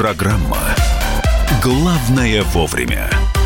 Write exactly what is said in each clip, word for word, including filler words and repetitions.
Программа «Главное вовремя».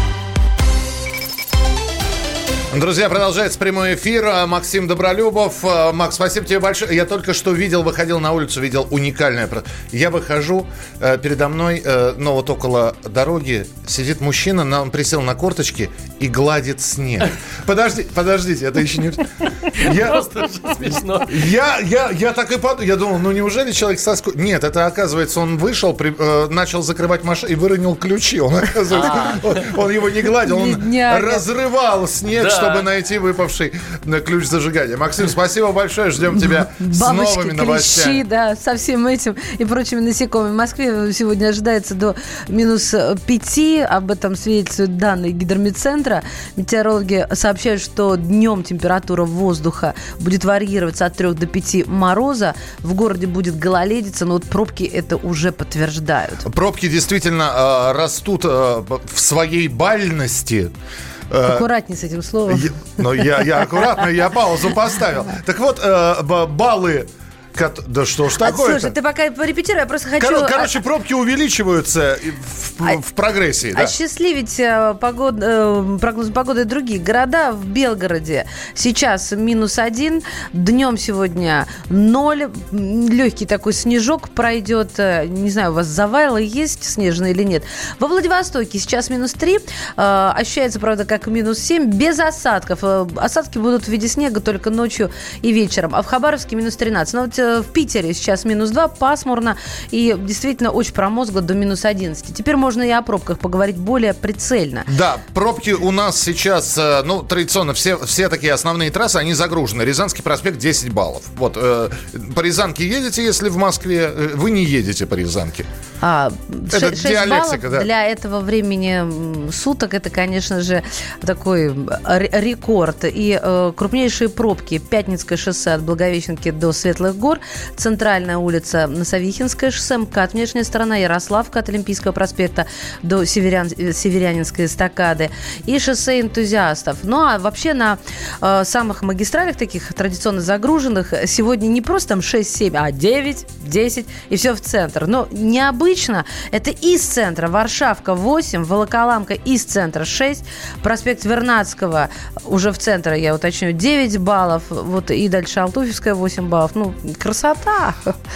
Друзья, продолжается прямой эфир. Максим Добролюбов. Макс, спасибо тебе большое. Я только что видел, выходил на улицу, видел уникальное. Я выхожу, передо мной, ну вот около дороги, сидит мужчина, он присел на корточки и гладит снег. Подожди, подождите, это еще не... Я... Просто смешно. Я, я, я так и подумал, я думал, ну неужели человек со скуки... Нет, это оказывается, он вышел, при, э, начал закрывать машину и выронил ключи. Он, оказывается, он, он его не гладил, он разрывал снег, чтобы найти выпавший ключ зажигания. Максим, спасибо большое, ждем тебя с новыми новостями. Клещи, да, со всем этим и прочими насекомыми. В Москве сегодня ожидается до минус пяти, об этом свидетельствуют данные гидрометцентра. Метеорологи сообщают, что днем температура воздуха будет варьироваться от трех до пяти мороза. В городе будет гололедица, но вот пробки это уже подтверждают. Пробки действительно э, растут э, в своей бальности. Аккуратнее с этим словом. Я, но я, я аккуратно, я паузу поставил. Так вот, э, баллы... Да что ж такое-то? Слушай, ты пока порепетируй, я просто хочу... Кор- короче, пробки увеличиваются в, а, в прогрессии. Да? Осчастливить погод, прогноз погоды и другие города. В Белгороде сейчас минус один, днем сегодня ноль, легкий такой снежок пройдет. Не знаю, у вас завалы есть снежные или нет. Во Владивостоке сейчас минус три, ощущается, правда, как минус семь, без осадков. Осадки будут в виде снега только ночью и вечером. А в Хабаровске минус тринадцать. Но вот в Питере сейчас минус два, пасмурно и действительно очень промозгло до минус одиннадцать. Теперь можно и о пробках поговорить более прицельно. Да, пробки у нас сейчас, ну, традиционно все, все такие основные трассы, они загружены. Рязанский проспект десять баллов. Вот, э, по Рязанке едете, если в Москве, вы не едете по Рязанке. А, это шесть диалектика, баллов да. Для этого времени суток это, конечно же, такой рекорд. И э, крупнейшие пробки: Пятницкое шоссе от Благовещенки до Светлых Гор, Центральная улица на Савихинское шоссе, МКАД, внешняя сторона, Ярославка от Олимпийского проспекта до Северян, Северянинской эстакады и шоссе Энтузиастов. Ну а вообще на э, самых магистралях, таких традиционно загруженных, сегодня не просто там шесть-семь, а девять, десять и все в центр. Но необычно это из центра Варшавка восемь, Волоколамка из центра шесть, проспект Вернадского уже в центре, я уточню, девять баллов, вот и дальше Алтуфьевская восемь баллов. Ну, красота.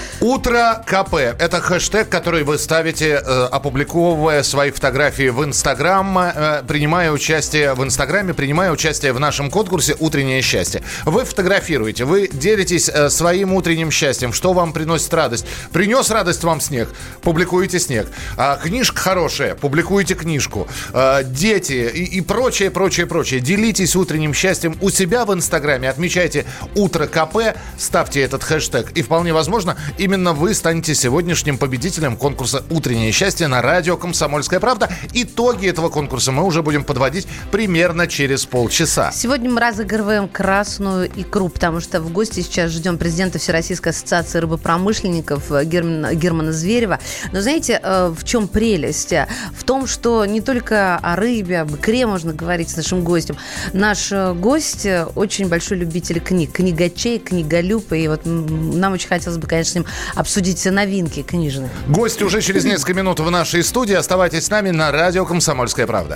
Утро КП. Это хэштег, который вы ставите, э, опубликовывая свои фотографии в Инстаграм, э, принимая участие в Инстаграме, принимая участие в нашем конкурсе «Утреннее счастье». Вы фотографируете, вы делитесь э, своим утренним счастьем, что вам приносит радость. Принес радость вам снег, публикуете снег. А, книжка хорошая, публикуете книжку. А, дети и, и прочее, прочее, прочее. Делитесь утренним счастьем у себя в Инстаграме, отмечайте «Утро КП», ставьте этот хэштег. И вполне возможно, именно вы станете сегодняшним победителем конкурса «Утреннее счастье» на радио «Комсомольская правда». Итоги этого конкурса мы уже будем подводить примерно через полчаса. Сегодня мы разыгрываем красную икру, потому что в гости сейчас ждем президента Всероссийской ассоциации рыбопромышленников Германа, Германа Зверева. Но знаете, в чем прелесть? В том, что не только о рыбе, об икре можно говорить с нашим гостем. Наш гость очень большой любитель книг, книгачей, книголюб. И вот нам очень хотелось бы, конечно, с ним обсудить новинки книжные. Гость уже через несколько минут в нашей студии. Оставайтесь с нами на радио «Комсомольская правда».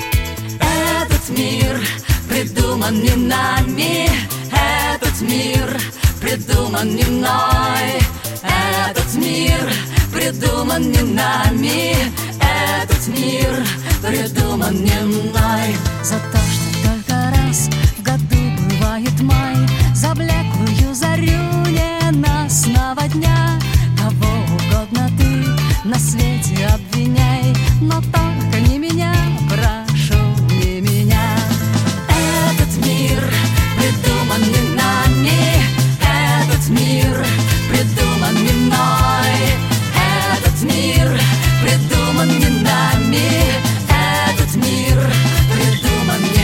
Этот мир придуман не нами, этот мир придуман не мной, этот мир придуман не нами, этот мир придуман не мной. За то, что только раз в году бывает май, за блеклую зарю ненастного дня, кого угодно ты на свете обвиняй, но только не меня, прошу, не меня. Этот мир придуман не нами, этот мир придуман не мной, этот мир придуман не нами, этот мир придуман не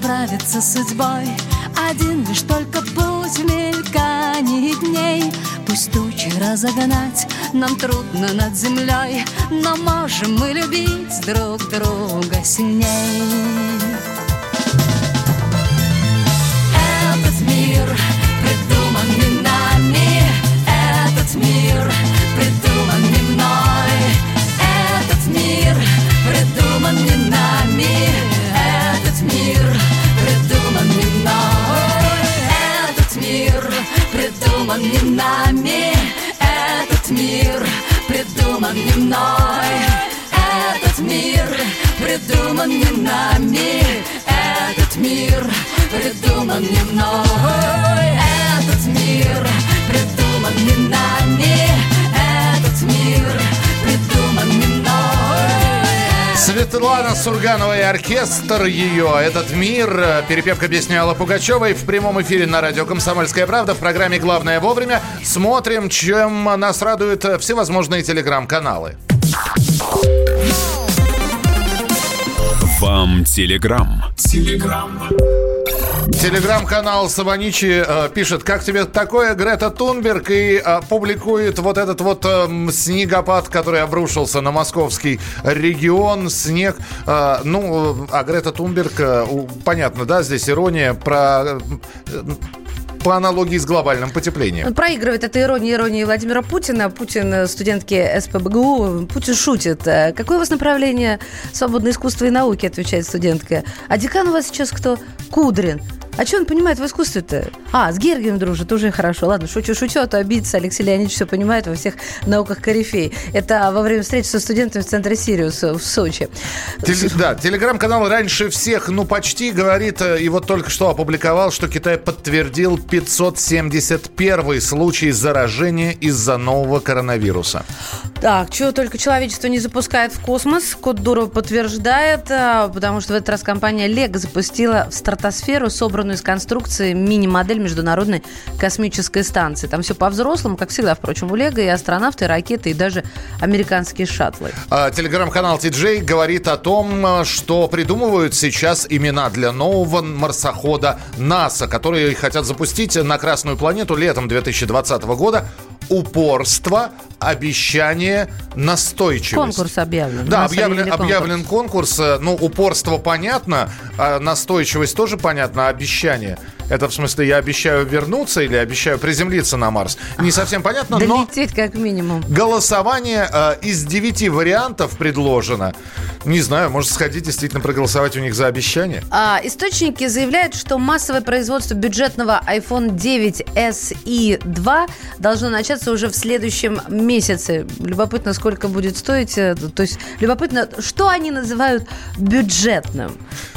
справиться с судьбой. Один лишь только путь в мелькании дней. Пусть тучи разогнать нам трудно над землей, но можем мы любить друг друга сильней. Этот мир придуман не нами, этот мир придуман не мной. Этот мир придуман не нами, этот мир придуман не мной. Этот мир придуман не нами, этот мир придуман не мной. Этот мир придуман не нами, этот мир придуман не мной. Этот мир придуман не нами, этот мир придуман не мной. Светлана Сурганова и оркестр ее «Этот мир». Перепевка песни Аллы Пугачевой в прямом эфире на радио «Комсомольская правда» в программе «Главное вовремя». Смотрим, чем нас радуют всевозможные телеграм-каналы. Вам телеграм. Телеграм. Телеграм-канал Саваничи э, пишет: как тебе такое, Грета Тунберг, и э, публикует вот этот вот э, снегопад, который обрушился на московский регион, снег. Э, ну, а Грета Тунберг, э, понятно, да, здесь ирония про... Э, по аналогии с глобальным потеплением. Проигрывает эта ирония иронии Владимира Путина. Путин студентки эс пэ бэ гэ у. Путин шутит. Какое у вас направление свободное искусство и науки, отвечает студентка. А декан у вас сейчас кто? Кудрин. А что он понимает в искусстве-то? А, с Гергием дружит, уже хорошо. Ладно, шучу-шучу, а то обидится. Алексей Леонидович все понимает во всех науках корифей. Это во время встречи со студентами в центре «Сириус» в Сочи. Теле, да, телеграм-канал раньше всех, ну, почти говорит, и вот только что опубликовал, что Китай подтвердил пятьсот семьдесят первый случай заражения из-за нового коронавируса. Так, чего только человечество не запускает в космос, Кот Дуров подтверждает, потому что в этот раз компания Лего запустила в стратосферу собранную из конструкции мини-модель Международной космической станции. Там все по-взрослому, как всегда, впрочем, у Лего и астронавты, и ракеты, и даже американские шаттлы. Телеграм-канал Ти Джей говорит о том, что придумывают сейчас имена для нового марсохода НАСА, которые хотят запустить на Красную планету летом две тысячи двадцатого года. Упорство, обещание, настойчивость. Конкурс объявлен. Да, объявлен, конкурс. объявлен конкурс. Ну, упорство понятно, а настойчивость тоже понятно, а обещание... Это в смысле, я обещаю вернуться или обещаю приземлиться на Марс? Не совсем понятно, но... Долететь как минимум. Голосование э, из девяти вариантов предложено. Не знаю, может сходить действительно проголосовать у них за обещание? А, источники заявляют, что массовое производство бюджетного айфон девять эс и два должно начаться уже в следующем месяце. Любопытно, сколько будет стоить. То есть, любопытно, что они называют бюджетным.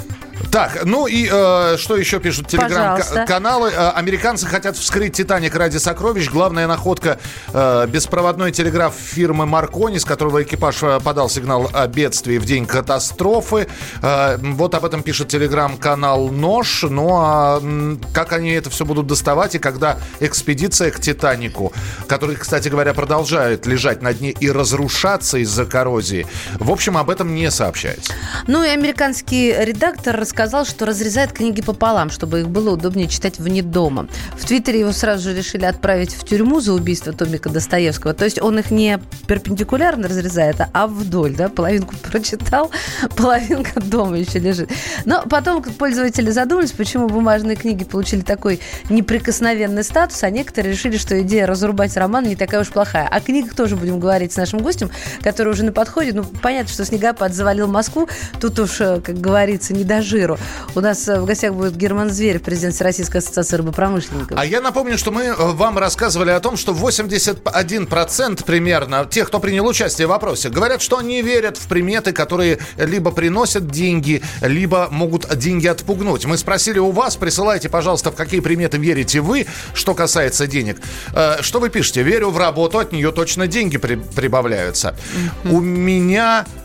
Так, ну и э, что еще пишут телеграм-каналы? Э, американцы хотят вскрыть «Титаник» ради сокровищ. Главная находка э, — беспроводной телеграф фирмы Маркони, с которого экипаж подал сигнал о бедствии в день катастрофы. Э, вот об этом пишет телеграм-канал «Нож». Ну а как они это все будут доставать и когда экспедиция к «Титанику», который, кстати говоря, продолжает лежать на дне и разрушаться из-за коррозии, в общем, об этом не сообщается. Ну и американский редактор рассказал, что разрезает книги пополам, чтобы их было удобнее читать вне дома. В Твиттере его сразу же решили отправить в тюрьму за убийство Томика Достоевского. То есть он их не перпендикулярно разрезает, а вдоль, да, половинку прочитал, половинка дома еще лежит. Но потом пользователи задумались, почему бумажные книги получили такой неприкосновенный статус, а некоторые решили, что идея разрубать роман не такая уж плохая. О книгах тоже будем говорить с нашим гостем, который уже на подходе. Ну, понятно, что снегопад завалил Москву, тут уж, как говорится, не до жиру. У нас в гостях будет Герман Зверев, президент Всероссийской ассоциации рыбопромышленников. А я напомню, что мы вам рассказывали о том, что восемьдесят один процент примерно тех, кто принял участие в опросе, говорят, что они верят в приметы, которые либо приносят деньги, либо могут деньги отпугнуть. Мы спросили у вас, присылайте, пожалуйста, в какие приметы верите вы, что касается денег. Что вы пишете? Верю в работу, от нее точно деньги при- прибавляются. Mm-hmm. У меня...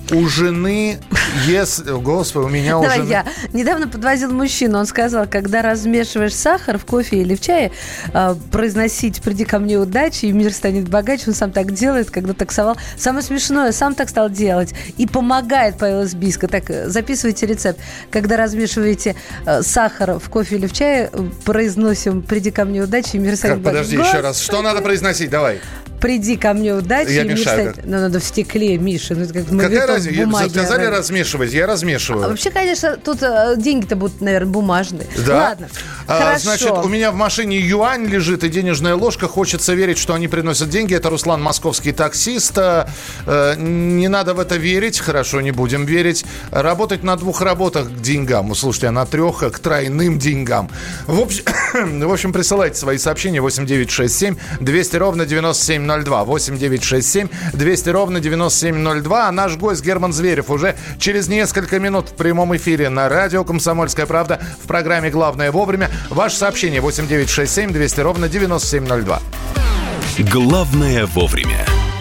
У жены, если... Господи, у меня у Давай жены... я. Недавно подвозил мужчину, он сказал, когда размешиваешь сахар в кофе или в чае, э, произносить «приди ко мне удачи, и мир станет богаче». Он сам так делает, когда таксовал. Самое смешное, сам так стал делать. И помогает Павел из Бийска. Так, записывайте рецепт. Когда размешиваете э, сахар в кофе или в чае, произносим «приди ко мне удачи, и мир станет богаче». Подожди, еще раз. Что надо произносить? Давай. Приди ко мне удачи. Я и мир мешаю. станет... Ну, надо в стекле, Миша. Ну, как Какая разница? бумаги, Сказали а, размешивать, я размешиваю. А вообще, конечно, тут э, деньги-то будут, наверное, бумажные. Да. Ладно, а, хорошо. Значит, у меня в машине юань лежит и денежная ложка. Хочется верить, что они приносят деньги. Это Руслан, московский таксист. Э, не надо в это верить. Хорошо, не будем верить. Работать на двух работах к деньгам. Слушайте, а на трех к тройным деньгам. В общем, в общем, присылайте свои сообщения. восемь девятьсот шестьдесят семь двести ровно девяносто семь ноль два. восемь девятьсот шестьдесят семь двести ровно девяносто семь ноль два. А наш гость Герман Зверев уже через несколько минут в прямом эфире на радио «Комсомольская правда» в программе «Главное вовремя». Ваше сообщение восемь девятьсот шестьдесят семь двести ровно девяносто семь ноль два. Главное вовремя.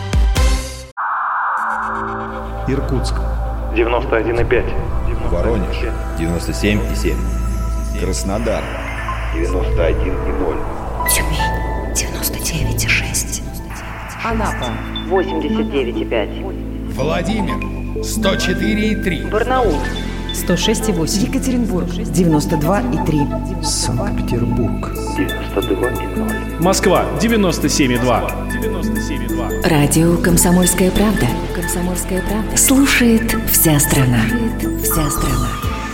Иркутск. девяносто один и пять. Воронеж. девяносто семь и семь. Краснодар. девяносто один и ноль. Тюмень девяносто девять и шесть. Анапа восемьдесят девять и пять. Владимир сто четыре и три. Барнаул сто шесть и восемь. Екатеринбург девяносто два и три. Санкт-Петербург девяносто два и ноль. Москва девяносто семь и два. Радио «Комсомольская правда». «Комсомольская правда». Слушает вся страна. Слушает вся страна.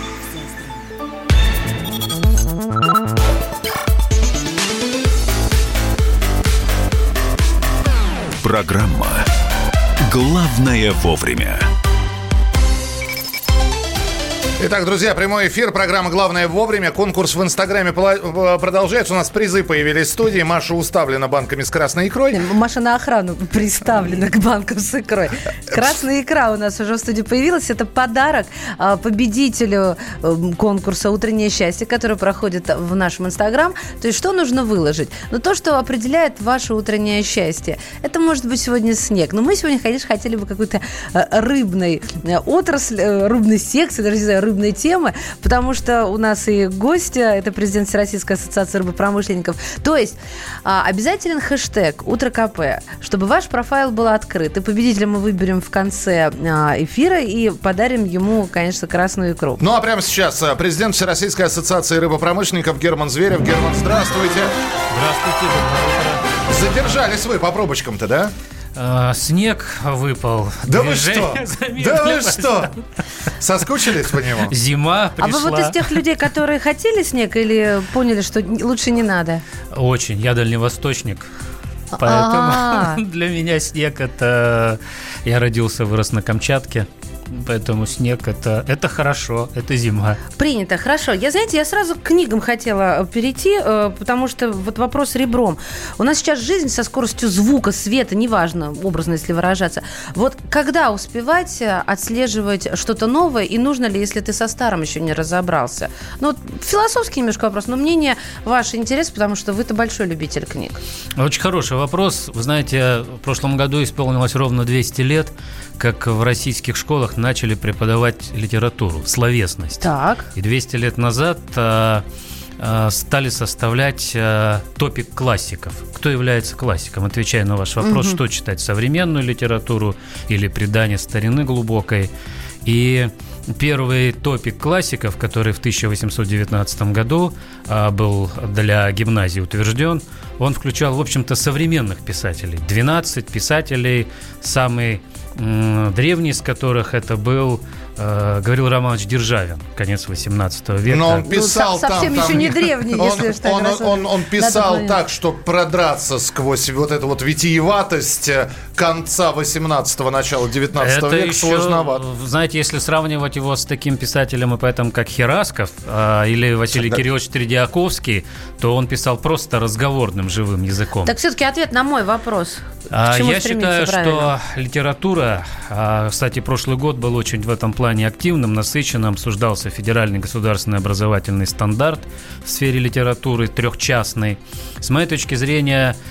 Программа «Главное вовремя». Итак, друзья, прямой эфир, программа «Главное вовремя». Конкурс в Инстаграме продолжается. У нас призы появились в студии. Маша уставлена банками с красной икрой. Маша на охрану приставлена к банкам с икрой. Красная икра у нас уже в студии появилась. Это подарок победителю конкурса «Утреннее счастье», который проходит в нашем Инстаграм. То есть, что нужно выложить? Ну, то, что определяет ваше утреннее счастье. Это может быть сегодня снег. Но мы сегодня, конечно, хотели бы какой-то рыбной отрасли, рыбной секции, даже не знаю, рыбной темы, потому что у нас и гости, это президент Всероссийской ассоциации рыбопромышленников. То есть а, обязателен хэштег «Утро КП», чтобы ваш профайл был открыт. И победителя мы выберем в конце а, эфира и подарим ему, конечно, красную икру. Ну а прямо сейчас президент Всероссийской ассоциации рыбопромышленников Герман Зверев. Герман, здравствуйте. Здравствуйте. Задержались вы по пробочкам-то, да? А, снег выпал. Да вы что? Да вы что? Соскучились по нему? Зима пришла. А вы вот из тех людей, которые хотели снег или поняли, что лучше не надо? Очень. Я дальневосточник. Поэтому для меня снег это... Я родился, вырос на Камчатке. Поэтому снег это, это хорошо, это зима. Принято, хорошо. Я, знаете, я сразу к книгам хотела перейти, потому что вот вопрос ребром. У нас сейчас жизнь со скоростью звука, света, неважно, образно, если выражаться. Вот когда успевать отслеживать что-то новое, и нужно ли, если ты со старым еще не разобрался? Ну, вот философский немножко вопрос, но мнение ваше интерес, потому что вы-то большой любитель книг. Очень хороший вопрос. Вы знаете, в прошлом году исполнилось ровно двести лет, как в российских школах начали преподавать литературу, словесность. Так. И двести лет назад а, а, стали составлять а, топик классиков. Кто является классиком? Отвечая на ваш вопрос, угу. Что читать, современную литературу или предание старины глубокой. И первый топик классиков, который в тысяча восемьсот девятнадцатом году а, был для гимназии утвержден, он включал, в общем-то, современных писателей. двенадцать писателей, самый м- древний из которых это был э, Гаврил Романович Державин, конец восемнадцатого века. Но он писал ну, там... Совсем там, еще не древний, он, если что. Он, он, он, он писал так, что продраться сквозь вот эту вот витиеватость конца восемнадцатого, начала девятнадцатого это века еще, сложновато. Знаете, если сравнивать его с таким писателем и поэтом, как Херасков э, или Василий Тогда... Кириллович Тредиаковский, то он писал просто разговорным, живым языком. Так все-таки ответ на мой вопрос. А, я считаю, правильно? Что литература, а, кстати, прошлый год был очень в этом плане активным, насыщенным, обсуждался федеральный государственный образовательный стандарт в сфере литературы, трехчастный. С моей точки зрения,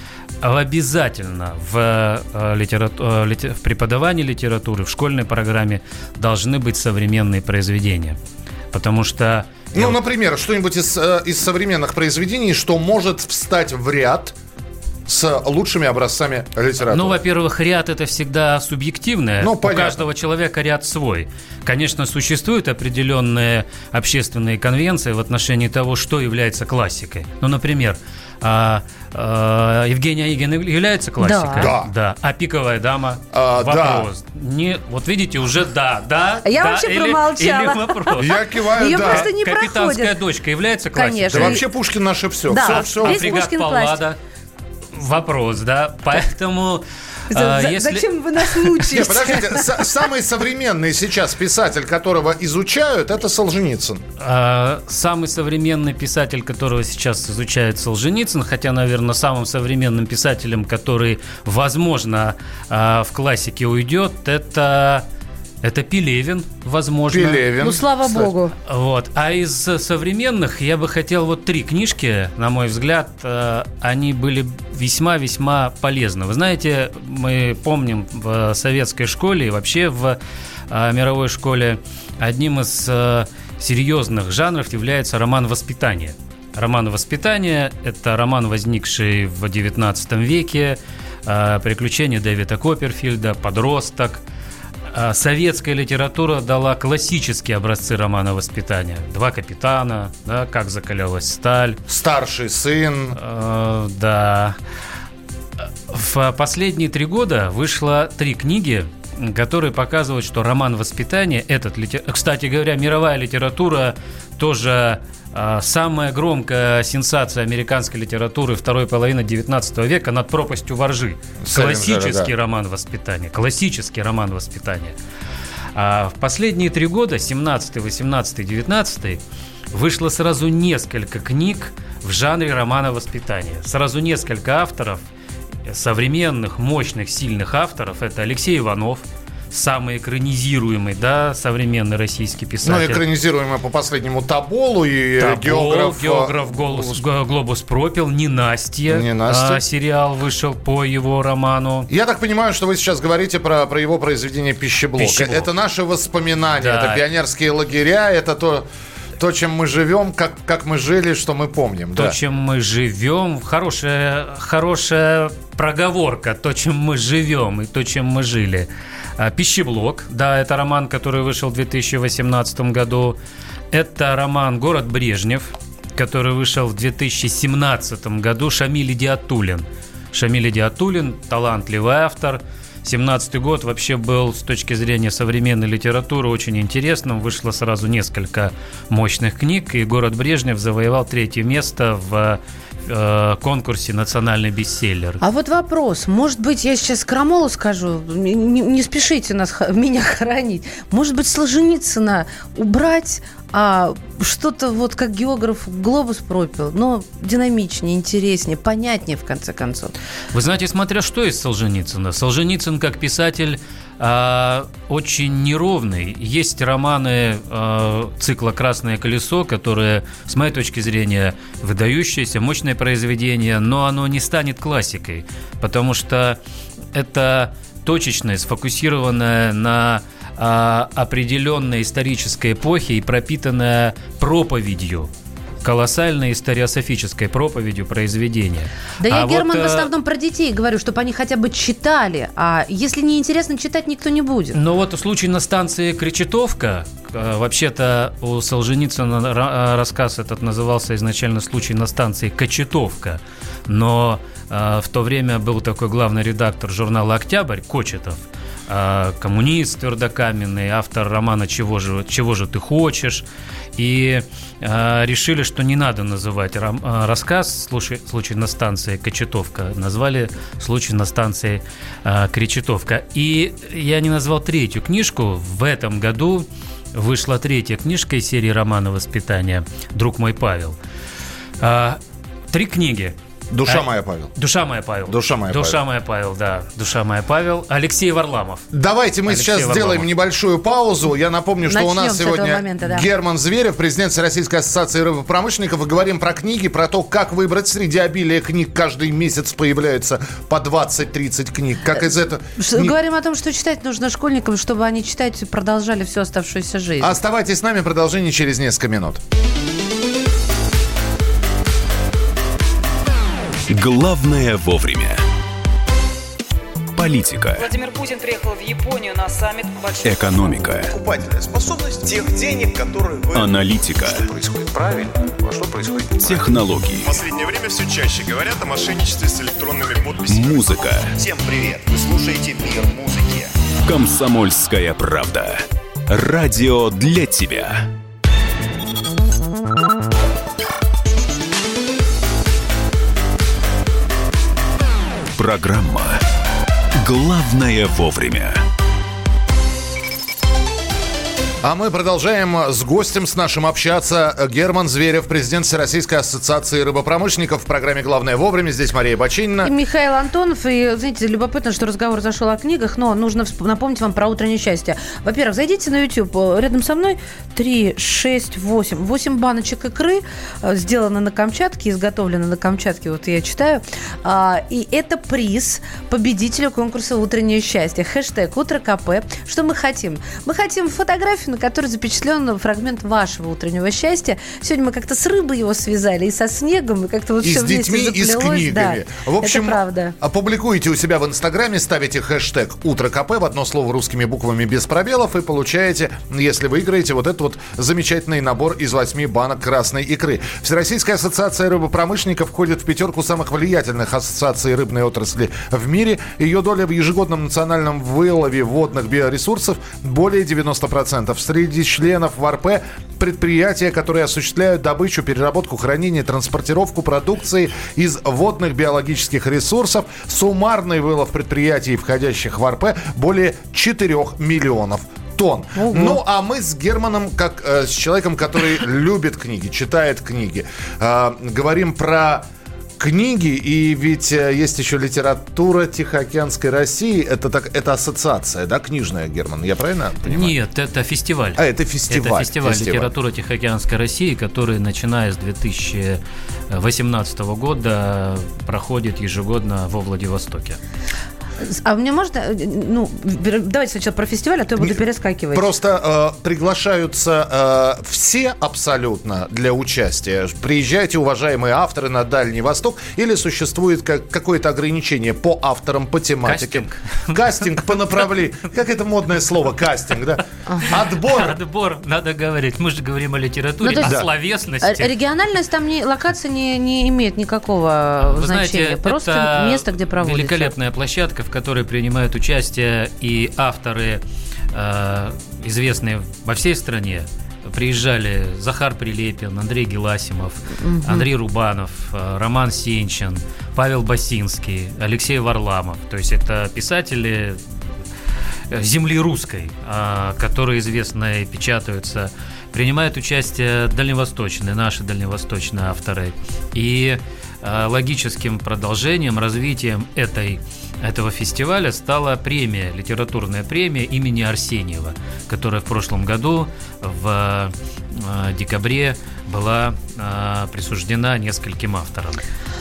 обязательно в, э, литерату- э, лите- в преподавании литературы, в школьной программе должны быть современные произведения. Потому что... Ну, например, что-нибудь из, э, из современных произведений, что может встать в ряд с лучшими образцами литературы. Ну, во-первых, ряд – это всегда субъективное. Ну, у понятно. каждого человека ряд свой. Конечно, существуют определенные общественные конвенции в отношении того, что является классикой. Ну, например, а, а, Евгений Онегин является классикой? Да. Да. А «Пиковая дама»? А, вопрос. Да. Не, вот видите, уже да, да. Я да, вообще или, промолчала. Или вопрос. Я киваю, Ее да. просто не «Капитанская проходит. дочка» является классикой? Конечно. Да вообще Пушкин наше все. Да. Все, все. А Весь «Фрегат Пушкин Паллада»? Вопрос, да. Поэтому... За- а, за- если... Зачем вы нас мучаете? Нет, подождите, с- самый современный сейчас писатель, которого изучают, это Солженицын. А, самый современный писатель, которого сейчас изучает Солженицын, хотя, наверное, самым современным писателем, который, возможно, а, в классике уйдет, это... Это Пелевин, возможно. Пелевин. Ну, слава кстати. богу. Вот. А из современных я бы хотел вот три книжки, на мой взгляд, э, они были весьма-весьма полезны. Вы знаете, мы помним в советской школе и вообще в э, мировой школе одним из э, серьезных жанров является роман «Воспитание». Роман «Воспитание» – это роман, возникший в девятнадцатом веке, э, приключения Дэвида Копперфильда, подросток. Советская литература дала классические образцы романа «Воспитание». «Два капитана», да, «Как закалялась сталь». Старший сын. Э, да. В последние три года вышло три книги, которые показывают, что роман «Воспитание» этот, кстати говоря, мировая литература тоже самая громкая сенсация американской литературы второй половины девятнадцатого века «Над пропастью во ржи». Классический роман «Воспитание». Классический роман «Воспитание». А в последние три года, семнадцатый, восемнадцатый, девятнадцатый, вышло сразу несколько книг в жанре романа «Воспитание». Сразу несколько авторов, современных, мощных, сильных авторов. Это Алексей Иванов, самый экранизируемый, да, современный российский писатель. Ну, экранизируемый по последнему Тоболу и Тобол, географ... географ «Голос, «Глобус пропил», «Ненастье». «Ненастье». А, сериал вышел по его роману. Я так понимаю, что вы сейчас говорите про, про его произведение «Пищеблок». «Пищеблок». Это наши воспоминания, Да. это пионерские лагеря, это то... То, чем мы живем, как, как мы жили, что мы помним. То, да. чем мы живем. Хорошая, хорошая проговорка. То, чем мы живем и то, чем мы жили. «Пищеблок». Да, это роман, который вышел в две тысячи восемнадцатом году. Это роман «Город Брежнев», который вышел в две тысячи семнадцатом году. Шамиль Идиатуллин. Шамиль Идиатуллин – талантливый автор. семнадцатый год вообще был с точки зрения современной литературы очень интересным. Вышло сразу несколько мощных книг, и «Город Брежнев» завоевал третье место в э, конкурсе «Национальный бестселлер». А вот вопрос. Может быть, я сейчас крамолу скажу, не, не спешите нас, меня хоронить. Может быть, Солженицына убрать, а что-то вот как географ «Глобус пропил», но динамичнее, интереснее, понятнее, в конце концов. Вы знаете, смотря что из Солженицына. Солженицын как писатель э, очень неровный. Есть романы э, цикла «Красное колесо», которые, с моей точки зрения, выдающиеся, мощное произведение, но оно не станет классикой, потому что это точечное, сфокусированное на э, определенной исторической эпохе и пропитанное проповедью, колоссальной историософической проповедью произведения. Да а я, Герман, вот, в основном про детей говорю, чтобы они хотя бы читали, а если не интересно читать, никто не будет. Но вот случай на станции Кречетовка, вообще-то у Солженицына рассказ этот назывался изначально «Случай на станции Кочетовка», но в то время был такой главный редактор журнала «Октябрь» Кочетов, коммунист твердокаменный, автор романа «Чего же, чего же ты хочешь?», и э, решили, что не надо называть рам, э, рассказ «Случай, «Случай на станции Кочетовка», назвали «Случай на станции э, Кречетовка». И я не назвал третью книжку. В этом году вышла третья книжка из серии романа «Воспитание» «Друг мой Павел». Э, три книги. Душа а, моя, Павел. Душа моя, Павел. Душа моя, Душа Павел. моя, Павел, да. Душа моя, Павел. Алексей Варламов. Давайте мы Алексей сейчас Варламов. сделаем небольшую паузу. Я напомню, что Начнем у нас с этого сегодня момента, да. Герман Зверев, президент Всероссийской ассоциации рыбопромышленников. И говорим про книги, про то, как выбрать среди обилия книг. Каждый месяц появляется по двадцать-тридцать книг. Как из этого... Что, говорим о том, что читать нужно школьникам, чтобы они читать продолжали всю оставшуюся жизнь. Оставайтесь с нами, продолжение через несколько минут. Главное вовремя. Политика. Владимир Путин приехал в Японию на саммит большой... Экономика. Покупательная способность тех денег, которые вы... Аналитика. Что происходит правильно, а что происходит неправильно. Технологии. В последнее время все чаще говорят о мошенничестве с электронными подписями. Музыка. Всем привет! Вы слушаете «Мир музыки». Комсомольская правда. Радио для тебя. Программа «Главное вовремя». А мы продолжаем с гостем с нашим общаться. Герман Зверев, президент Всероссийской ассоциации рыбопромышленников в программе «Главное вовремя». Здесь Мария Бачинина. И Михаил Антонов. И, знаете, любопытно, что разговор зашел о книгах, но нужно напомнить вам про «Утреннее счастье». Во-первых, зайдите на YouTube. Рядом со мной три, шесть, восемь. восемь баночек икры, сделаны на Камчатке, изготовлены на Камчатке. Вот я читаю. И это приз победителю конкурса «Утреннее счастье». Хэштег «Утро КП». Что мы хотим? Мы хотим фотографию, на которой запечатлен фрагмент вашего утреннего счастья. Сегодня мы как-то с рыбой его связали, и со снегом, и как-то вот и все с детьми, и с книгами. Да, в общем, это правда. Опубликуйте у себя в Инстаграме, ставите хэштег «Утро КП» в одно слово русскими буквами без пробелов и получаете, если выиграете, вот этот вот замечательный набор из восьми банок красной икры. Всероссийская ассоциация рыбопромышленников входит в пятерку самых влиятельных ассоциаций рыбной отрасли в мире. Ее доля в ежегодном национальном вылове водных биоресурсов более девяносто процентов. Среди членов в эр пэ предприятия, которые осуществляют добычу, переработку, хранение, транспортировку продукции из водных биологических ресурсов. Суммарный вылов предприятий, входящих в эр пэ, более четырёх миллионов тонн. Ого. Ну, а мы с Германом, как э, с человеком, который любит книги, читает книги, э, говорим про книги, и ведь есть еще литература Тихоокеанской России. Это, так, это ассоциация, да, книжная, Герман? Я правильно понимаю? Нет, это фестиваль. А, это фестиваль. Это фестиваль, фестиваль. литературы Тихоокеанской России, который, начиная с две тысячи восемнадцатого года, проходит ежегодно во Владивостоке. А мне можно, ну, давайте сначала про фестиваль, а то я буду перескакивать. Просто э, приглашаются э, все абсолютно для участия. Приезжайте, уважаемые авторы, на Дальний Восток, или существует как, какое-то ограничение по авторам, по тематике? Кастинг. Кастинг по направлению. Как это модное слово, кастинг, да? Отбор. Отбор, надо говорить. Мы же говорим о литературе, о словесности. Региональность там, не, локация не, не имеет никакого Вы значения. Знаете, просто это место, где проводится. Великолепная площадка, в которой принимают участие и авторы, э, известные во всей стране. Приезжали Захар Прилепин, Андрей Геласимов, угу. Андрей Рубанов, Роман Сенчин, Павел Басинский, Алексей Варламов. То есть это писатели земли русской, э, которые известны и печатаются. Принимают участие дальневосточные, наши дальневосточные авторы. И э, логическим продолжением, развитием этой этого фестиваля стала премия, литературная премия имени Арсеньева, которая в прошлом году в э, декабре была э, присуждена нескольким авторам.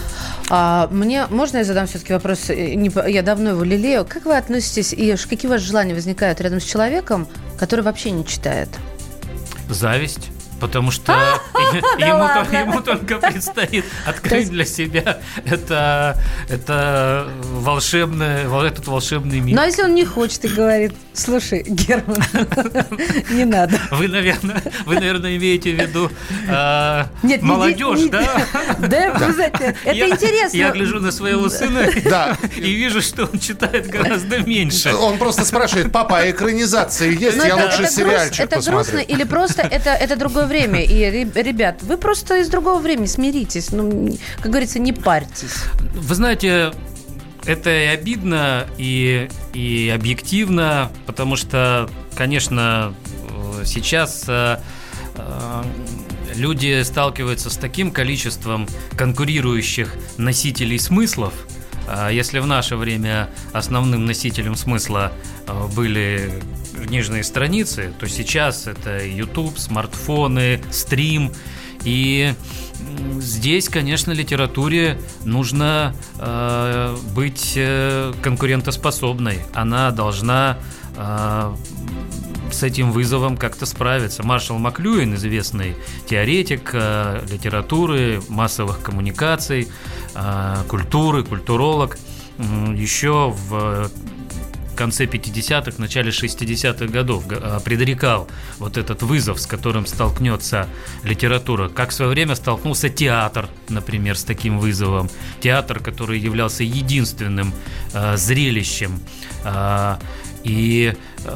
А, мне можно я задам все-таки вопрос? Не, я давно его лелею. Как вы относитесь и какие ваши желания возникают рядом с человеком, который вообще не читает? Зависть. Потому что ему, ему только предстоит открыть для себя это, это волшебное, этот волшебный мир. Ну, а если он не хочет и говорит: слушай, Герман, не надо. Вы, наверное, вы, наверное, имеете в виду э, Нет, молодежь, не, не, да? Да, вы знаете, это я, интересно. Я гляжу на своего сына и вижу, что он читает гораздо меньше. Он просто спрашивает: папа, а экранизации есть? Я лучше сериальчик посмотрю. Это грустно или просто это другое время? И, ребят, вы просто из другого времени смиритесь. Ну, как говорится, не парьтесь. Вы знаете, это и обидно, и, и объективно, потому что, конечно, сейчас люди сталкиваются с таким количеством конкурирующих носителей смыслов. Если в наше время основным носителем смысла были книжные страницы, то сейчас это YouTube, смартфоны, стрим. И здесь, конечно, литературе нужно э, быть э, конкурентоспособной. Она должна э, с этим вызовом как-то справиться. Маршал Маклюин, известный теоретик э, литературы, массовых коммуникаций, э, культуры, культуролог, э, еще в конце пятидесятых, начале шестидесятых годов предрекал вот этот вызов, с которым столкнется литература. Как в свое время столкнулся театр, например, с таким вызовом. Театр, который являлся единственным э, зрелищем. Э, и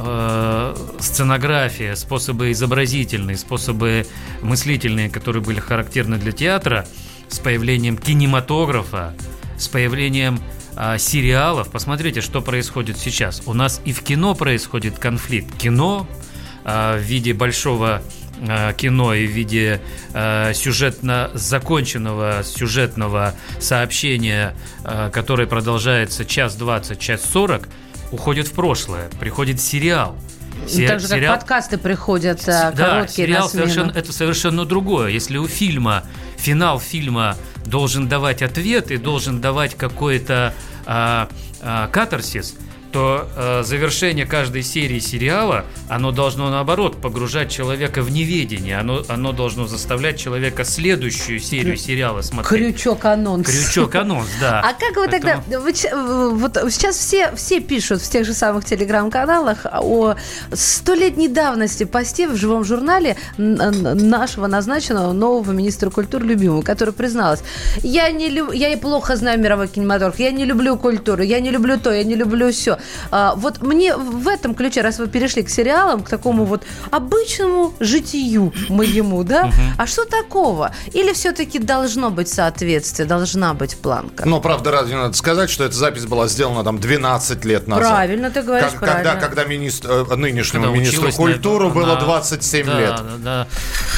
э, сценография, способы изобразительные, способы мыслительные, которые были характерны для театра, с появлением кинематографа, с появлением сериалов. Посмотрите, что происходит сейчас. У нас и в кино происходит конфликт. Кино э, в виде большого э, кино и в виде э, сюжетно законченного сюжетного сообщения, э, которое продолжается час двадцать, час сорок, уходит в прошлое. Приходит сериал. Се- так же, как сериал... подкасты приходят да, короткие сериал на смену. Совершенно, это совершенно другое. Если у фильма, финал фильма должен давать ответ и должен давать какой-то а, а, катарсис, то а, завершение каждой серии сериала, оно должно, наоборот, погружать человека в неведение. Оно, оно должно заставлять человека следующую серию сериала смотреть. Крючок-анонс. Крючок-анонс, да. А как вы Поэтому... тогда... Вы, вот сейчас все, все пишут в тех же самых телеграм-каналах о столетней давности посте в живом журнале нашего назначенного нового министра культуры любимого, который призналась: я, не люб... я и плохо знаю мировой кинематограф, я не люблю культуру, я не люблю то, я не люблю все. А, вот мне в этом ключе, раз вы перешли к сериалам, к такому вот обычному житию моему, да, а что такого? Или все-таки должно быть соответствие, должна быть планка? Но, правда, разве надо сказать, что эта запись была сделана там двенадцать лет назад? Правильно, ты говоришь, как, правильно. Когда, когда министр, нынешнему когда министру культуры на... было да, двадцать семь да, лет. Да, да.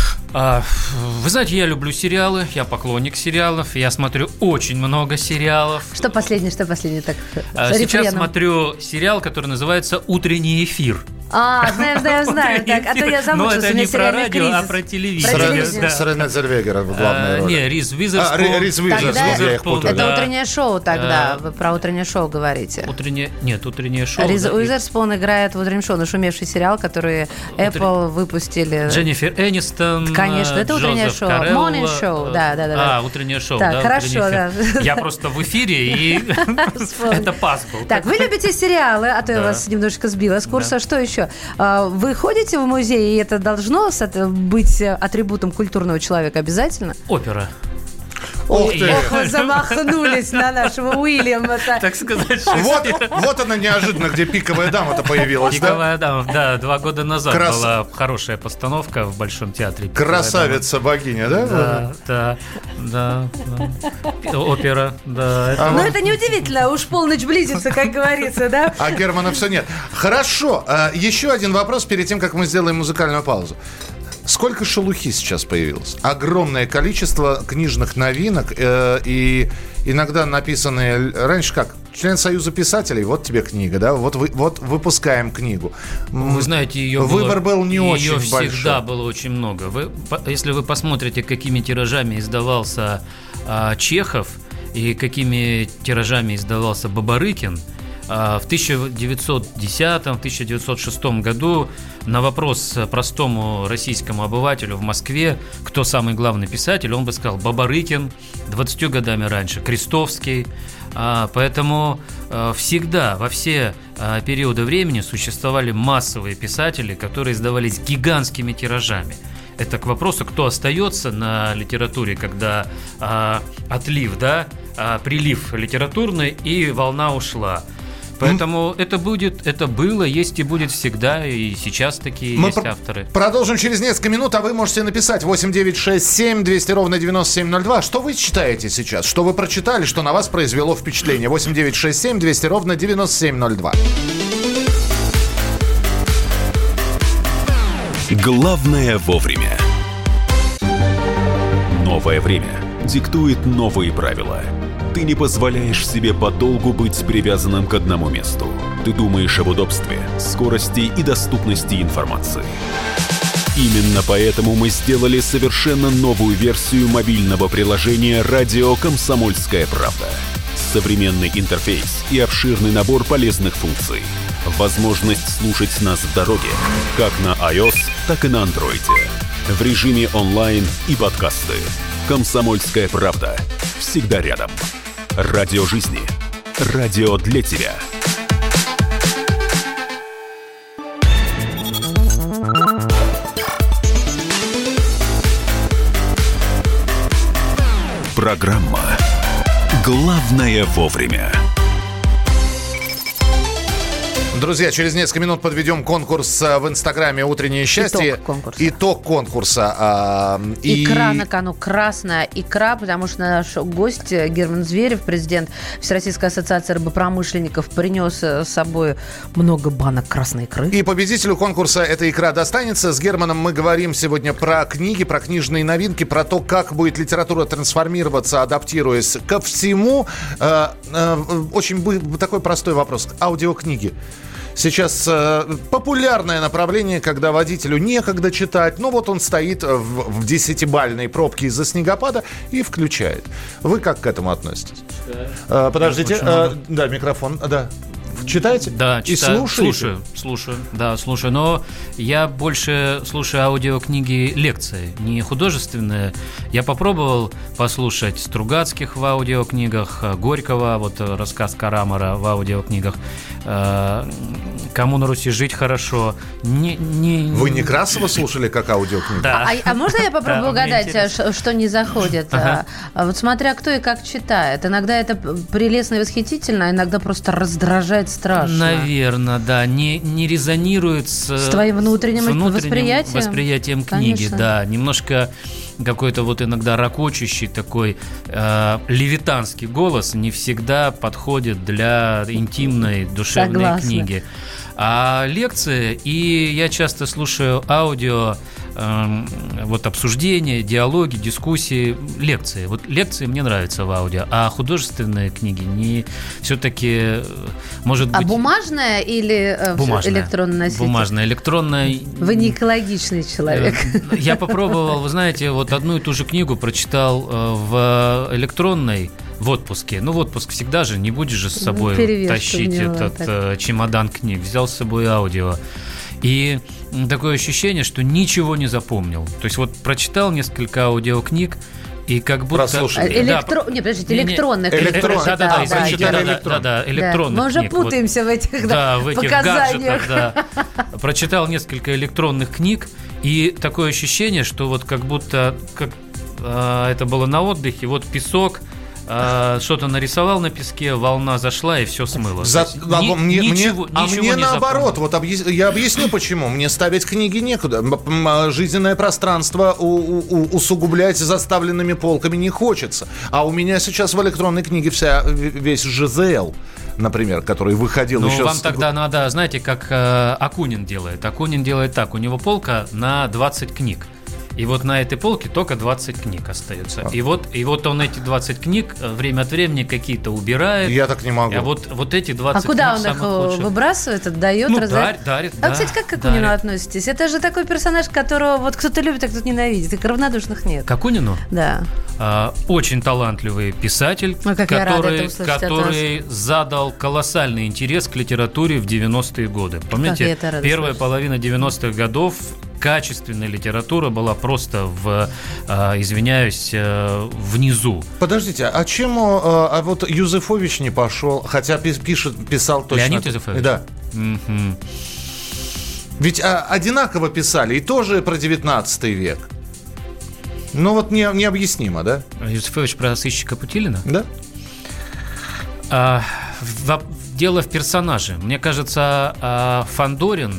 А, вы знаете, я люблю сериалы, я поклонник сериалов, я смотрю очень много сериалов. Что последний, что последний? Так, а, сейчас смотрю сериал, который называется «Утренний эфир». А, знаю, знаю, знаю. Так, а то я замучился. Но это не про радио, кризис. А про телевидение. С Рене Зельвегер в главной роли. Не, Риз Уизерспун. А, Риз Уизерспун. Это да. Утреннее шоу тогда. Вы про утреннее шоу говорите. Утреннее... Нет, утреннее шоу. Риз да, Уизерспун и... играет в утреннем шоу. Нашумевший сериал, который Apple Утр... выпустили. Дженнифер Энистон. Конечно, это Джозеф утреннее шоу. Карелла. Morning show. Да, да, да. А, утреннее шоу. Так, да, хорошо, да. Я просто в эфире, и это пас был. Так, вы любите сериалы, а то я вас немножечко сбила с курса. Что еще? Вы ходите в музей, и это должно быть атрибутом культурного человека обязательно? Опера. Ох, ох, вы замахнулись на нашего Уильяма. Так сказать. Вот, вот она неожиданно, где пиковая дама-то появилась. Пиковая дама, да, два года назад Крас... была хорошая постановка в Большом театре. Красавица-богиня, да? Да, да, да, да. Опера, да. Это... Но это неудивительно, уж полночь близится, как говорится, да? А Германа все нет. Хорошо, еще один вопрос перед тем, как мы сделаем музыкальную паузу. Сколько шелухи сейчас появилось? Огромное количество книжных новинок, э, и иногда написанные... Раньше как? Член Союза писателей, вот тебе книга, да? Вот, вы, вот выпускаем книгу. Вы знаете, ее выбор было, был не ее очень большой. Ее всегда было очень много. Вы, если вы посмотрите, какими тиражами издавался а, Чехов и какими тиражами издавался Бабарыкин, в тысяча девятьсот десятом - тысяча девятьсот шестом году на вопрос простому российскому обывателю в Москве, кто самый главный писатель, он бы сказал Бабарыкин, двадцатью годами раньше Крестовский. Поэтому всегда, во все периоды времени существовали массовые писатели, которые издавались гигантскими тиражами. Это к вопросу, кто остается на литературе, когда отлив, да, прилив литературный и волна ушла. Поэтому mm. это будет, это было, есть и будет всегда, и сейчас такие Мы есть пр- авторы. Продолжим через несколько минут, а вы можете написать восемь девятьсот шестьдесят семь двести ровно девяносто семь ноль два. Что вы читаете сейчас? Что вы прочитали, что на вас произвело впечатление? восемь девятьсот шестьдесят семь двести ровно девяносто семь ноль два. Главное вовремя. Новое время диктует новые правила. Ты не позволяешь себе подолгу быть привязанным к одному месту. Ты думаешь об удобстве, скорости и доступности информации. Именно поэтому мы сделали совершенно новую версию мобильного приложения «Радио Комсомольская правда». Современный интерфейс и обширный набор полезных функций. Возможность слушать нас в дороге, как на iOS, так и на Android. В режиме онлайн и подкасты. «Комсомольская правда». Всегда рядом. Радио жизни. Радио для тебя. Программа «Главное вовремя». Друзья, через несколько минут подведем конкурс в Инстаграме «Утреннее счастье». Итог конкурса. Итог конкурса. А, и... Икра на кону, красная икра, потому что наш гость Герман Зверев, президент Всероссийской ассоциации рыбопромышленников, принес с собой много банок красной икры. И победителю конкурса эта икра достанется. С Германом мы говорим сегодня про книги, про книжные новинки, про то, как будет литература трансформироваться, адаптируясь ко всему. Очень такой простой вопрос. Аудиокниги. Сейчас э, популярное направление, когда водителю некогда читать. Ну вот он стоит в, в десятибалльной пробке из-за снегопада и включает. Вы как к этому относитесь? Да. Э, подождите. Э, да, микрофон. Да. Читаете? Да, читаю. И слушаете? Слушаю, слушаю, да, слушаю. Но я больше слушаю аудиокниги лекции, не художественные. Я попробовал послушать Стругацких в аудиокнигах, Горького, вот рассказ Карамара в аудиокнигах. «Кому на Руси жить хорошо». Не, не... Вы Некрасова слушали как аудиокнигу? Да. А, а можно я попробую да, угадать, что не заходит? Ага. А, вот смотря кто и как читает. Иногда это прелестно и восхитительно, а иногда просто раздражает страшно. Наверное, да. Не, не резонирует с, с твоим внутренним, с внутренним восприятием, восприятием книги. Конечно. Да, немножко какой-то вот иногда ракочущий такой э, левитанский голос не всегда подходит для интимной, душевной Согласна. Книги. А лекции, и я часто слушаю аудио, э, вот обсуждения, диалоги, дискуссии, лекции. Вот лекции мне нравятся в аудио, а художественные книги не все-таки, может быть... А бумажная или бумажная, электронная носитель? Бумажная, электронная... Вы не экологичный человек. Я попробовал, вы знаете, вот одну и ту же книгу прочитал в электронной в отпуске. Ну, в отпуск всегда же, не будешь же с собой Перевес тащить этот так. чемодан книг. Взял с собой аудио. И такое ощущение, что ничего не запомнил. То есть вот прочитал несколько аудиокниг, и как будто... Прослушали. Электро... Да. Не, подождите, электронных книг. Электрон... Да, да, да, да, да, да, да, да, да, электронных да. Мы уже книг. путаемся вот, в этих, да, в этих показаниях. гаджетах. Да. Прочитал несколько электронных книг, и такое ощущение, что вот как будто как, э, это было на отдыхе, вот песок, Uh, что-то нарисовал на песке, волна зашла и все смыло. За... Есть, а ни, мне, ничего, мне, а ничего мне не наоборот, вот объяс... я объясню почему. Мне ставить книги некуда. Жизненное пространство у- у- усугублять заставленными полками не хочется. А у меня сейчас в электронной книге вся, весь ЖЗЛ, например, который выходил ну, еще... вам с... тогда надо, знаете, как э, Акунин делает. Акунин делает так, у него полка на двадцать книг. И вот на этой полке только двадцать книг остается. И вот, и вот он эти двадцать книг время от времени какие-то убирает. Я так не могу. А вот, вот эти двадцать книг. А куда книг он их лучших. Выбрасывает, отдает, ну, раздает? дарит, дарит, а, да, кстати, как к Акунину дарит. относитесь? Это же такой персонаж, которого вот кто-то любит, а кто-то ненавидит. И равнодушных нет. К Акунину? Да. А, очень талантливый писатель, Ой, как который, я рада это который задал колоссальный интерес к литературе в девяностые годы. Помните, первая слышать. половина девяностых годов качественная литература была просто в, э, извиняюсь, э, внизу. Подождите, а чем а, а вот Юзефович не пошел, хотя пишет, писал точно... Леонид Юзефович? Да. Mm-hmm. Ведь а, одинаково писали, и тоже про девятнадцатый век. Ну вот не, необъяснимо, да? Юзефович про сыщика Путилина? Да. А, в, дело в персонаже. Мне кажется, Фандорин,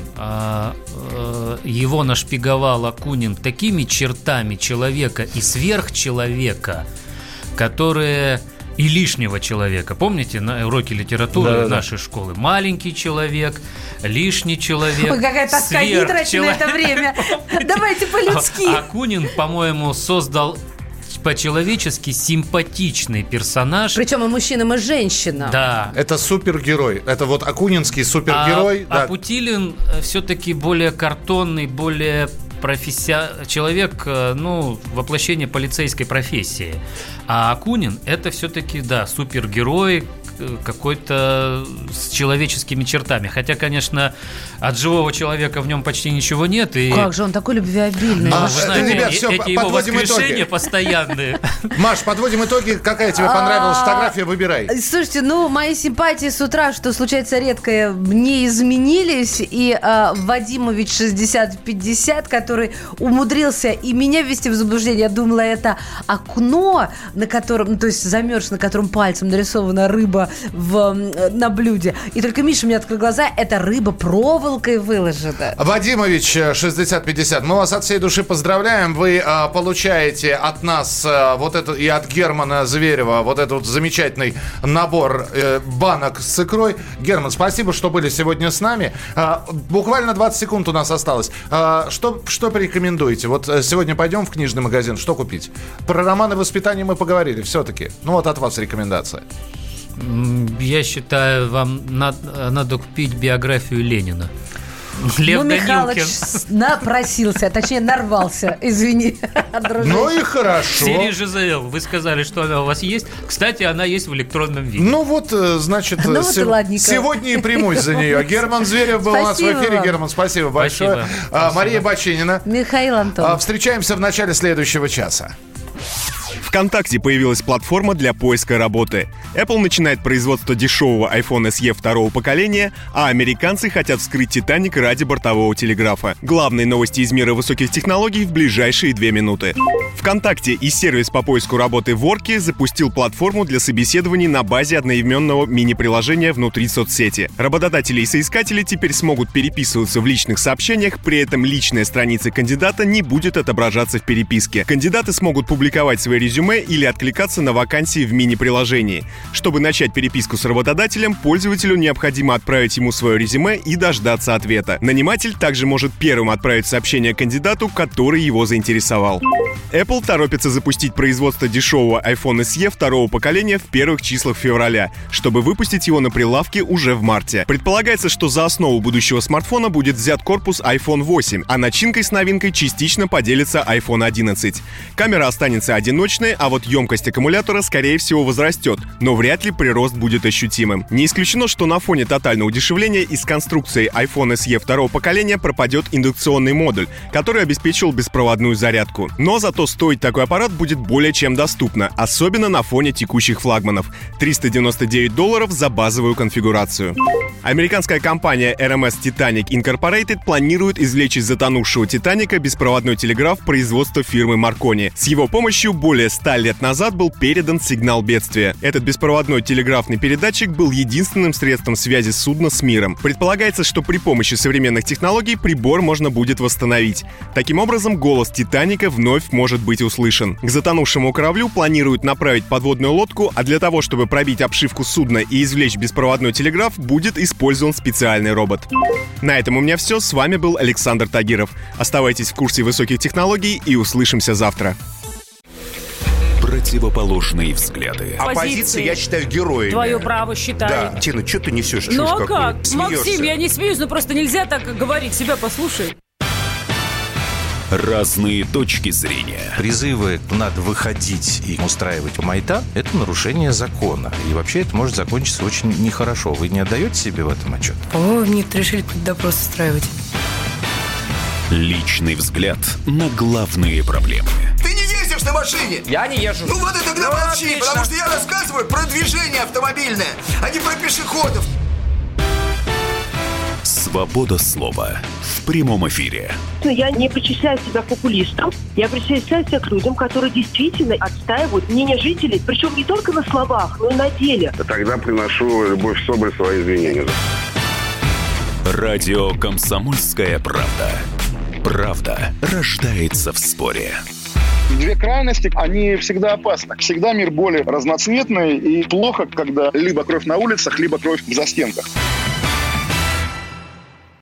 его нашпиговал Акунин такими чертами человека и сверхчеловека, которые... и лишнего человека. Помните на уроке литературы да, нашей да. школы? Маленький человек, лишний человек. Ой, какая тоска Гидрача на это время. Давайте по-людски. Акунин, по-моему, создал по-человечески симпатичный персонаж. Причем и мужчинам, и женщинам. Да. Это супергерой. Это вот акунинский супергерой. А, да. а Путилин все-таки более картонный, более профессия... человек, ну, воплощение полицейской профессии. А Акунин это все-таки, да, супергерой, какой-то с человеческими чертами. Хотя, конечно, от живого человека в нем почти ничего нет. И... Как же он такой любвеобильный. А, Вы знаете, ребят, все, эти его воскрешения итоги. Постоянные. Маш, подводим итоги. Какая тебе понравилась фотография? Выбирай. Слушайте, ну, мои симпатии с утра, что случается редко, не изменились. И а, Вадимович шестьдесят пятьдесят, который умудрился и меня ввести в заблуждение. Я думала, это окно, на котором, ну, то есть замерз, на котором пальцем нарисована рыба в, на блюде. И только Миша мне открыл глаза, это рыба проволокой выложена. Вадимович шестьдесят пятьдесят, мы вас от всей души поздравляем. Вы а, получаете от нас а, вот это, и от Германа Зверева вот этот вот замечательный набор э, банок с икрой. Герман, спасибо, что были сегодня с нами. А, буквально двадцать секунд у нас осталось. А, что, что порекомендуете? Вот сегодня пойдем в книжный магазин, что купить? Про романы воспитания мы поговорили все-таки. Ну вот от вас рекомендация. Я считаю, вам надо, надо купить биографию Ленина. Лев ну, Михалыч Данилкин. напросился, точнее нарвался, извини. Ну и хорошо. Серия Жизель, вы сказали, что она у вас есть. Кстати, она есть в электронном виде. Ну вот, значит, ну, вот се- сегодня и примусь за нее. Герман Зверев был спасибо у нас в эфире. Вам. Герман, спасибо большое. Спасибо. А, спасибо. Мария Бачинина. Михаил Антон. А, встречаемся в начале следующего часа. ВКонтакте появилась платформа для поиска работы. Apple начинает производство дешевого iPhone эс и второго поколения, а американцы хотят вскрыть «Титаник» ради бортового телеграфа. Главные новости из мира высоких технологий в ближайшие две минуты. ВКонтакте и сервис по поиску работы Worky запустил платформу для собеседований на базе одноименного мини-приложения внутри соцсети. Работодатели и соискатели теперь смогут переписываться в личных сообщениях, при этом личная страница кандидата не будет отображаться в переписке. Кандидаты смогут публиковать свои резюме или откликаться на вакансии в мини-приложении. Чтобы начать переписку с работодателем, пользователю необходимо отправить ему свое резюме и дождаться ответа. Наниматель также может первым отправить сообщение кандидату, который его заинтересовал. Apple торопится запустить производство дешевого iPhone эс и второго поколения в первых числах февраля, чтобы выпустить его на прилавке уже в марте. Предполагается, что за основу будущего смартфона будет взят корпус айфон восемь, а начинкой с новинкой частично поделится айфон одиннадцать. Камера останется одиночной, а вот емкость аккумулятора, скорее всего, возрастет, но вряд ли прирост будет ощутимым. Не исключено, что на фоне тотального удешевления из конструкции iPhone эс и второго поколения пропадет индукционный модуль, который обеспечивал беспроводную зарядку. Но зато стоить такой аппарат будет более чем доступно, особенно на фоне текущих флагманов – триста девяносто девять долларов за базовую конфигурацию. Американская компания эр эм эс Titanic Incorporated планирует извлечь из затонувшего «Титаника» беспроводной телеграф производства фирмы Marconi. С его помощью более ста лет назад был передан сигнал бедствия. Этот беспроводной телеграфный передатчик был единственным средством связи судна с миром. Предполагается, что при помощи современных технологий прибор можно будет восстановить. Таким образом, голос «Титаника» вновь может быть услышан. К затонувшему кораблю планируют направить подводную лодку, а для того, чтобы пробить обшивку судна и извлечь беспроводной телеграф, будет использован специальный робот. На этом у меня все. С вами был Александр Тагиров. Оставайтесь в курсе высоких технологий и услышимся завтра. Противоположные взгляды. Оппозиция, я считаю, героями. Твое право считаю. Да. Тина, что ты несешь? Ну а как? Максим, я не смеюсь, но просто нельзя так говорить. Себя послушай. Разные точки зрения. Призывы «надо выходить и устраивать майдан» — это нарушение закона. И вообще это может закончиться очень нехорошо. Вы не отдаете себе в этом отчет? О, нет, решили допрос устраивать. Личный взгляд на главные проблемы. Ты не ездишь на машине? Я не езжу. Ну вот и тогда ну, молчи, отлично. Потому что я рассказываю про движение автомобильное, а не про пешеходов. Свобода слова в прямом эфире. Я не причисляю себя популистом. Я причисляю себя к людям, которые действительно отстаивают мнение жителей. Причем не только на словах, но и на деле. Тогда приношу Любовь Соболь свои извинения. Радио «Комсомольская правда». Правда рождается в споре. Две крайности, они всегда опасны. Всегда мир более разноцветный, и плохо, когда либо кровь на улицах, либо кровь в застенках.